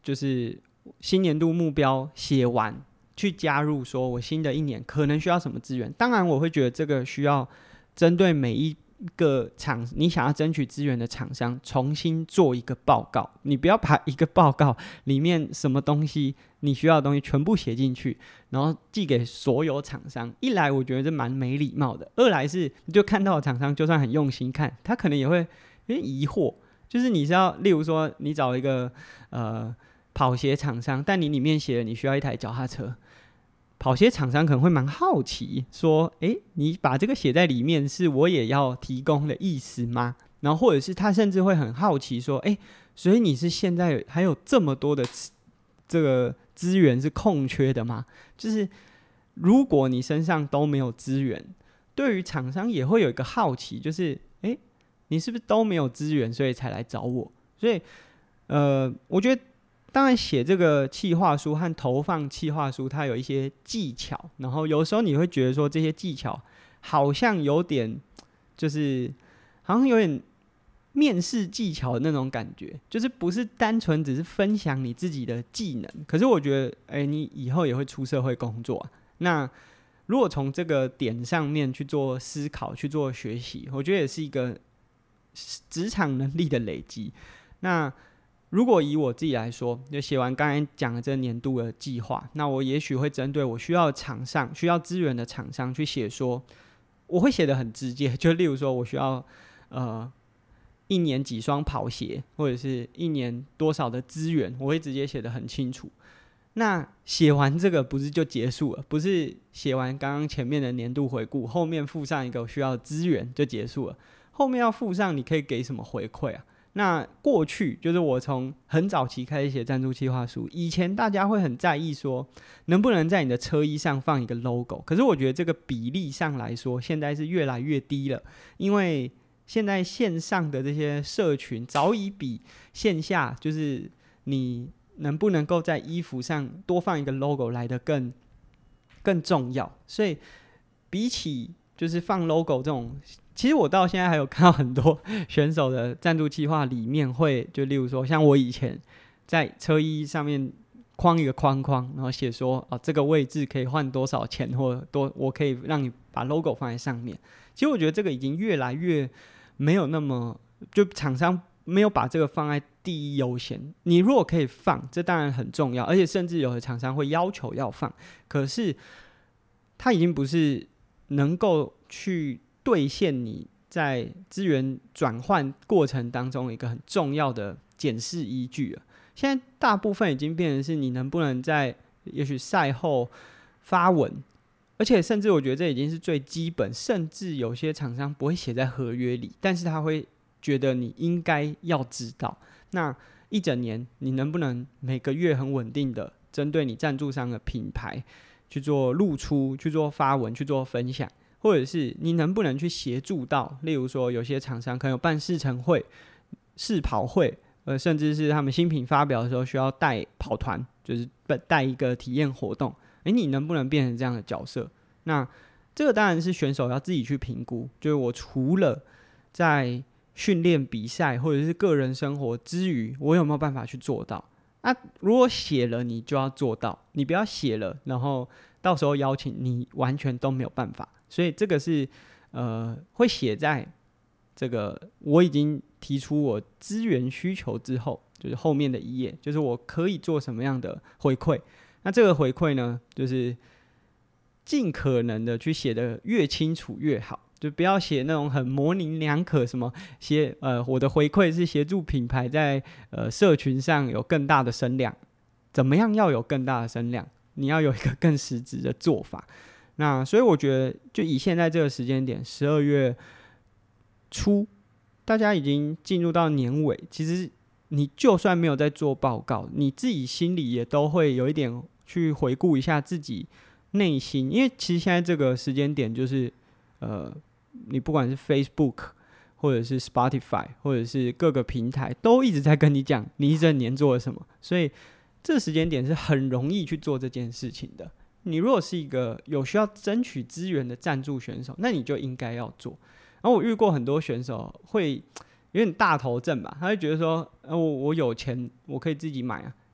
就是新年度目标写完，去加入说我新的一年可能需要什么资源。当然我会觉得这个需要针对每一个你想要争取资源的厂商重新做一个报告，你不要把一个报告里面什么东西你需要的东西全部写进去，然后寄给所有厂商。一来我觉得这蛮没礼貌的，二来是你就看到的厂商就算很用心看，他可能也会有点疑惑，就是你是要例如说你找一个跑鞋厂商，但你里面写了你需要一台脚踏车，跑鞋厂商可能会蛮好奇说你把这个写在里面是我也要提供的意思吗？然后或者是他甚至会很好奇说所以你是现在还有这么多的这个资源是空缺的吗？就是如果你身上都没有资源，对于厂商也会有一个好奇，就是你是不是都没有资源所以才来找我？所以我觉得当然写这个企划书和投放企划书它有一些技巧，然后有时候你会觉得说这些技巧好像有点就是好像有点面试技巧的那种感觉，就是不是单纯只是分享你自己的技能。可是我觉得你以后也会出社会工作那如果从这个点上面去做思考去做学习，我觉得也是一个职场能力的累积。那如果以我自己来说，就写完刚才讲的这个年度的计划，那我也许会针对我需要的厂商、需要资源的厂商去写说，我会写得很直接，就例如说我需要一年几双跑鞋，或者是一年多少的资源，我会直接写得很清楚。那写完这个不是就结束了，不是写完刚刚前面的年度回顾，后面附上一个我需要的资源就结束了，后面要附上你可以给什么回馈那过去就是我从很早期开始写赞助企划书，以前大家会很在意说能不能在你的车衣上放一个 logo， 可是我觉得这个比例上来说现在是越来越低了，因为现在线上的这些社群早已比线下就是你能不能够在衣服上多放一个 logo 来得更重要，所以比起就是放 logo 这种，其实我到现在还有看到很多选手的赞助企划里面会，就例如说像我以前在车衣上面框一个框框，然后写说这个位置可以换多少钱，或我可以让你把 logo 放在上面。其实我觉得这个已经越来越没有那么，就厂商没有把这个放在第一优先。你如果可以放，这当然很重要，而且甚至有的厂商会要求要放，可是它已经不是能够去兑现你在资源转换过程当中一个很重要的检视依据了。现在大部分已经变成是你能不能在也许赛后发文，而且甚至我觉得这已经是最基本，甚至有些厂商不会写在合约里，但是他会觉得你应该要知道。那一整年你能不能每个月很稳定的针对你赞助商的品牌去做露出，去做发文，去做分享，或者是你能不能去协助到，例如说有些厂商可能有办试乘会、试跑会，甚至是他们新品发表的时候需要带跑团，就是带一个体验活动，你能不能变成这样的角色？那这个当然是选手要自己去评估，就是我除了在训练、比赛或者是个人生活之余，我有没有办法去做到？如果写了你就要做到，你不要写了然后到时候邀请你完全都没有办法。所以这个是会写在这个我已经提出我资源需求之后，就是后面的一页，就是我可以做什么样的回馈。那这个回馈呢，就是尽可能的去写得越清楚越好，就不要写那种很模棱两可，什么写我的回馈是协助品牌在社群上有更大的声量，怎么样要有更大的声量？你要有一个更实质的做法。那所以我觉得，就以现在这个时间点，12月初，大家已经进入到年尾，其实你就算没有在做报告，你自己心里也都会有一点去回顾一下自己内心，因为其实现在这个时间点就是你不管是 Facebook 或者是 Spotify 或者是各个平台都一直在跟你讲你一整年做了什么，所以这个时间点是很容易去做这件事情的。你如果是一个有需要争取资源的赞助选手，那你就应该要做。然后我遇过很多选手会有点大头症吧，他会觉得说我有钱我可以自己买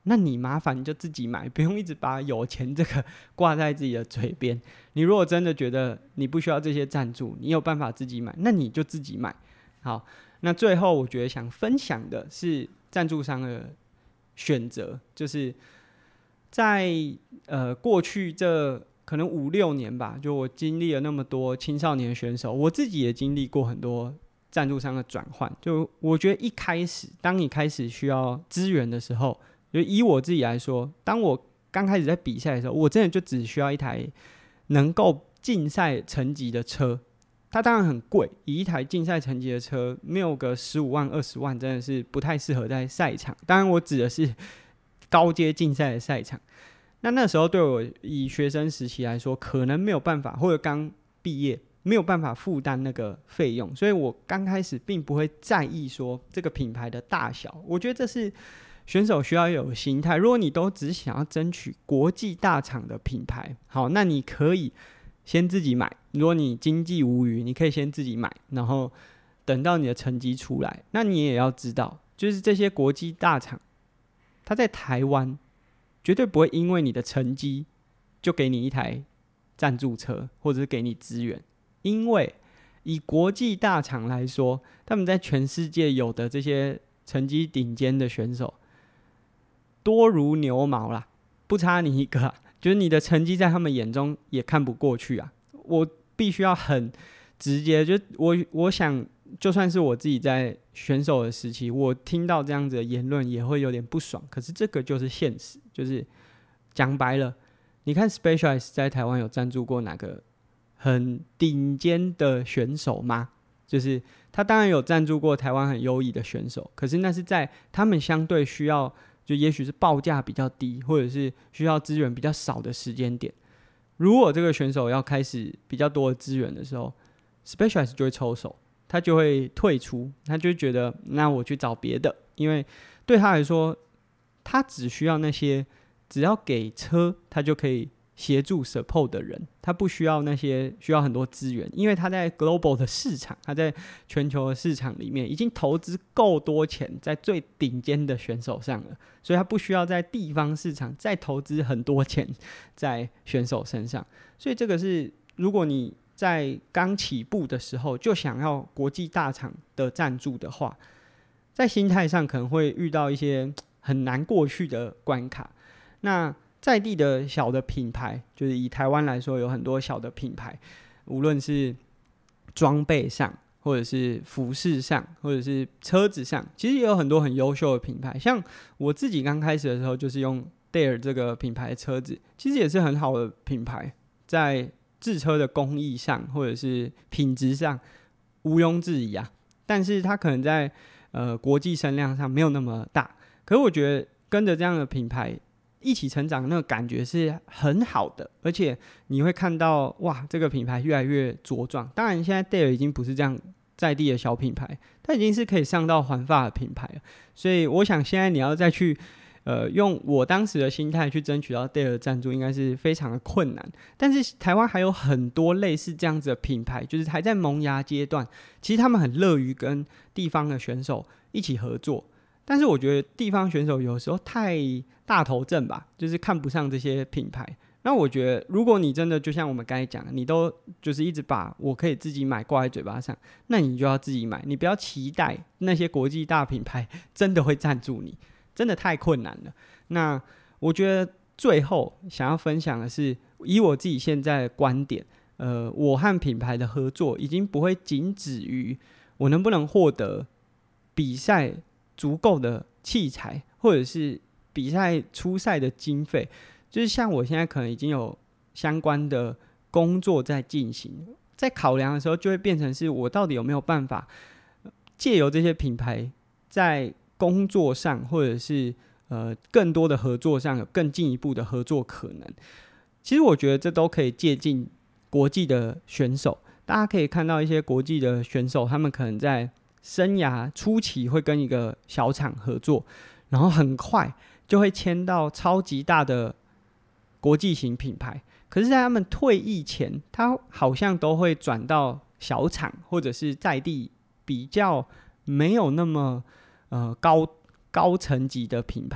那你麻烦你就自己买，不用一直把有钱这个挂在自己的嘴边。你如果真的觉得你不需要这些赞助，你有办法自己买，那你就自己买。好，那最后我觉得想分享的是赞助商的选择，就是在过去这可能5-6年吧，就我经历了那么多青少年选手，我自己也经历过很多赞助商的转换。就我觉得一开始，当你开始需要资源的时候，就以我自己来说，当我刚开始在比赛的时候，我真的就只需要一台能够竞赛层级的车。它当然很贵，以一台竞赛层级的车，没有个15万、20万，真的是不太适合在赛场。当然，我指的是高阶竞赛的赛场。那时候对我以学生时期来说，可能没有办法，或者刚毕业没有办法负担那个费用，所以我刚开始并不会在意说这个品牌的大小。我觉得这是选手需要有心态。如果你都只想要争取国际大厂的品牌，好，那你可以先自己买。如果你经济无虞，你可以先自己买，然后等到你的成绩出来。那你也要知道，就是这些国际大厂，它在台湾绝对不会因为你的成绩就给你一台赞助车，或者是给你资源。因为以国际大厂来说，他们在全世界有的这些成绩顶尖的选手，多如牛毛啦，不差你一个啊。就是你的成绩在他们眼中也看不过去啊。我必须要很直接，就我想，就算是我自己在选手的时期，我听到这样子的言论也会有点不爽。可是这个就是现实，就是讲白了，你看 Specialized 在台湾有赞助过哪个很顶尖的选手吗？就是他当然有赞助过台湾很优异的选手，可是那是在他们相对需要，就也许是报价比较低，或者是需要资源比较少的时间点。如果这个选手要开始比较多的资源的时候， Specialized 就会抽手，他就会退出，他就会觉得那我去找别的。因为对他来说，他只需要那些只要给车他就可以协助 support 的人，他不需要那些需要很多资源。因为他在 global 的市场，他在全球的市场里面已经投资够多钱在最顶尖的选手上了，所以他不需要在地方市场再投资很多钱在选手身上。所以这个是，如果你在刚起步的时候就想要国际大厂的赞助的话，在心态上可能会遇到一些很难过去的关卡。那在地的小的品牌，就是以台湾来说，有很多小的品牌，无论是装备上，或者是服饰上，或者是车子上，其实也有很多很优秀的品牌。像我自己刚开始的时候，就是用 Dare 这个品牌的车子，其实也是很好的品牌，在制车的工艺上，或者是品质上，毋庸置疑啊。但是它可能在国际声量上没有那么大。可是我觉得跟着这样的品牌一起成长，那个感觉是很好的，而且你会看到哇，这个品牌越来越茁壮。当然，现在 Dare 已经不是这样在地的小品牌，它已经是可以上到环法的品牌了。所以我想，现在你要再去用我当时的心态去争取到 Dare 的赞助，应该是非常的困难。但是台湾还有很多类似这样子的品牌，就是还在萌芽阶段，其实他们很乐于跟地方的选手一起合作。但是我觉得地方选手有时候太大头症吧，就是看不上这些品牌。那我觉得，如果你真的就像我们刚才讲，你都就是一直把我可以自己买挂在嘴巴上，那你就要自己买，你不要期待那些国际大品牌真的会赞助你，真的太困难了。那我觉得最后想要分享的是，以我自己现在的观点，我和品牌的合作已经不会仅止于我能不能获得比赛足够的器材，或者是比赛出赛的经费。就是像我现在可能已经有相关的工作在进行，在考量的时候就会变成是我到底有没有办法借由这些品牌在工作上，或者是更多的合作上有更进一步的合作可能。其实我觉得这都可以借鉴国际的选手，大家可以看到一些国际的选手，他们可能在生涯初期会跟一个小厂合作，然后很快就会签到超级大的国际型品牌。可是在他们退役前，他好像都会转到小厂，或者是在地比较没有那么高层级的品牌。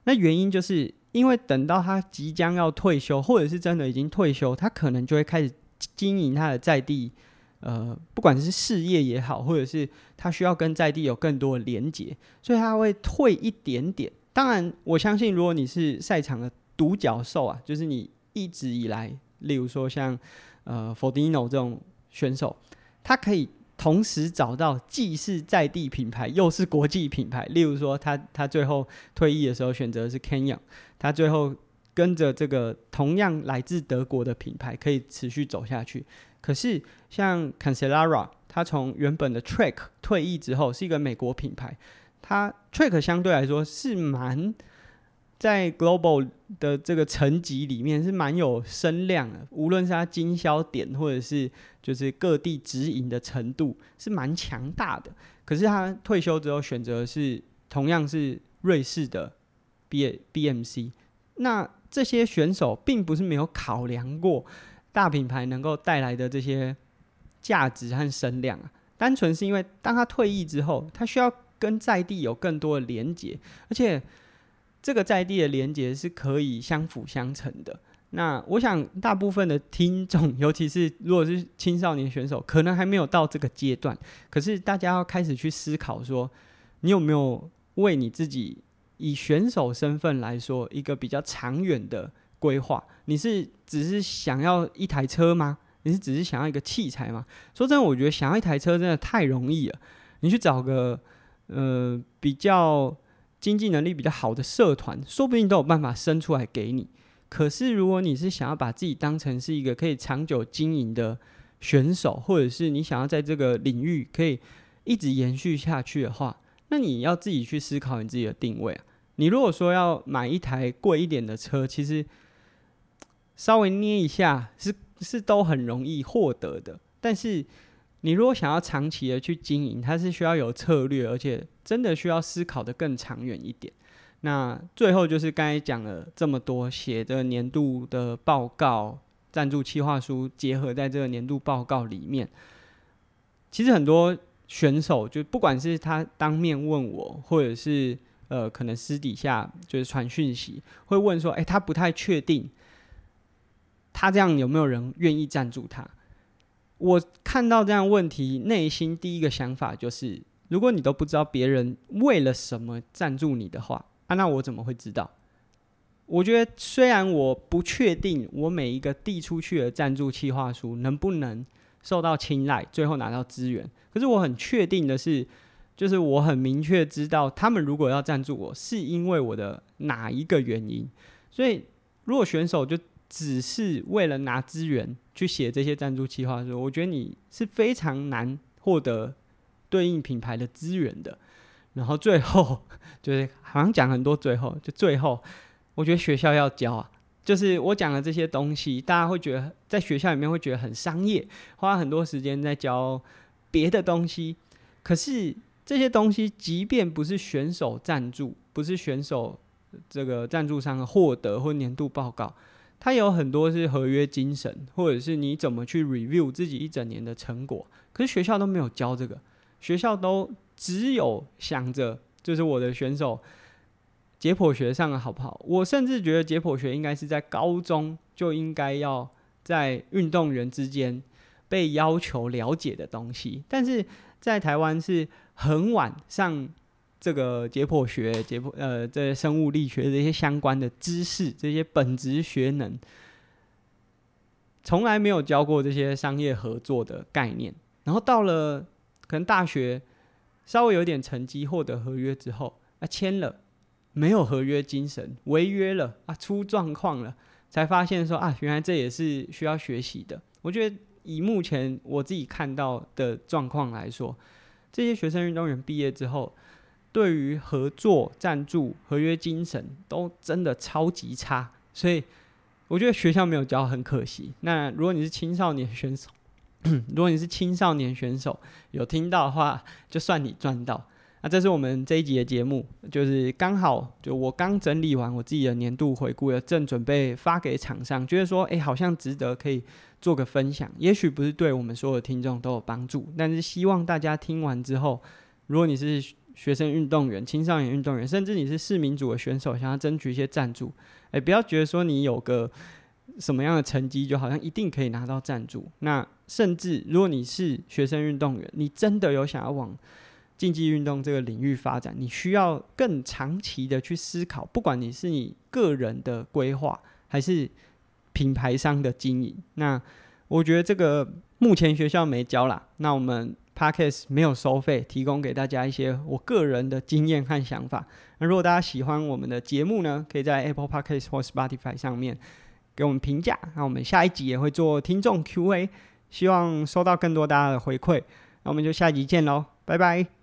那原因就是因为等到他即将要退休，或者是真的已经退休，他可能就会开始经营他的在地，不管是事业也好，或者是他需要跟在地有更多的连结，所以他会退一点点。当然，我相信如果你是赛场的独角兽啊，就是你一直以来，例如说像Fodino 这种选手，他可以同时找到既是在地品牌又是国际品牌。例如说他最后退役的时候选择的是 Canyon， 他最后跟着这个同样来自德国的品牌可以持续走下去。可是像 Cancellara， 他从原本的 Trek 退役之后是一个美国品牌，他 Trek 相对来说是蛮在 Global 的这个层级里面是蛮有声量的，无论是它经销点或者是就是各地直营的程度是蛮强大的。可是他退休之后选择的是同样是瑞士的 BMC， 那这些选手并不是没有考量过大品牌能够带来的这些价值和声量啊，单纯是因为当他退役之后，他需要跟在地有更多的连结，而且这个在地的连结是可以相辅相成的。那我想大部分的听众，尤其是如果是青少年选手，可能还没有到这个阶段，可是大家要开始去思考说，你有没有为你自己以选手身份来说一个比较长远的规划？你是只是想要一台车吗？你是只是想要一个器材吗？说真的，我觉得想要一台车真的太容易了，你去找个比较经济能力比较好的社团，说不定都有办法生出来给你。可是如果你是想要把自己当成是一个可以长久经营的选手，或者是你想要在这个领域可以一直延续下去的话，那你要自己去思考你自己的定位啊。你如果说要买一台贵一点的车，其实稍微捏一下是都很容易获得的，但是你如果想要长期的去经营，它是需要有策略，而且真的需要思考的更长远一点。那最后就是刚才讲了这么多，写的年度的报告、赞助企划书结合在这个年度报告里面，其实很多选手就不管是他当面问我，或者是可能私底下就是传讯息，会问说，他不太确定他这样有没有人愿意赞助他。我看到这样的问题，内心第一个想法就是，如果你都不知道别人为了什么赞助你的话，那我怎么会知道？我觉得虽然我不确定我每一个递出去的赞助企划书能不能受到青睐，最后拿到资源，可是我很确定的是，就是我很明确知道他们如果要赞助我，是因为我的哪一个原因。所以如果选手就只是为了拿资源去写这些赞助企划书，我觉得你是非常难获得对应品牌的资源的。然后最后就是好像讲很多，最后我觉得学校要教啊，就是我讲的这些东西，大家会觉得在学校里面会觉得很商业，花很多时间在教别的东西。可是这些东西即便不是选手赞助，不是选手这个赞助商获得或年度报告，它有很多是合约精神，或者是你怎么去 review 自己一整年的成果。可是学校都没有教这个，学校都只有想着就是我的选手解剖学上的好不好。我甚至觉得解剖学应该是在高中就应该要在运动员之间被要求了解的东西，但是在台湾是很晚上这个解剖学、这些生物力学这些相关的知识，这些本质学能，从来没有教过这些商业合作的概念。然后到了可能大学稍微有点成绩，获得合约之后签了，没有合约精神，违约了出状况了，才发现说原来这也是需要学习的。我觉得以目前我自己看到的状况来说，这些学生运动员毕业之后，对于合作、赞助、合约精神都真的超级差，所以我觉得学校没有教很可惜。那如果你是青少年选手，有听到的话，就算你赚到。那这是我们这一集的节目，就是刚好就我刚整理完我自己的年度回顾，正准备发给厂商，觉得说好像值得可以做个分享。也许不是对我们所有的听众都有帮助，但是希望大家听完之后，如果你是学生运动员、青少年运动员，甚至你是市民组的选手，想要争取一些赞助，不要觉得说你有个什么样的成绩就好像一定可以拿到赞助。那甚至如果你是学生运动员，你真的有想要往竞技运动这个领域发展，你需要更长期的去思考，不管你是你个人的规划还是品牌商的经营。那我觉得这个目前学校没教啦，那我们 Podcast 没有收费，提供给大家一些我个人的经验和想法。那如果大家喜欢我们的节目呢，可以在 Apple Podcast 或 Spotify 上面给我们评价。那我们下一集也会做听众 Q&A， 希望收到更多大家的回馈。那我们就下集见咯，拜拜。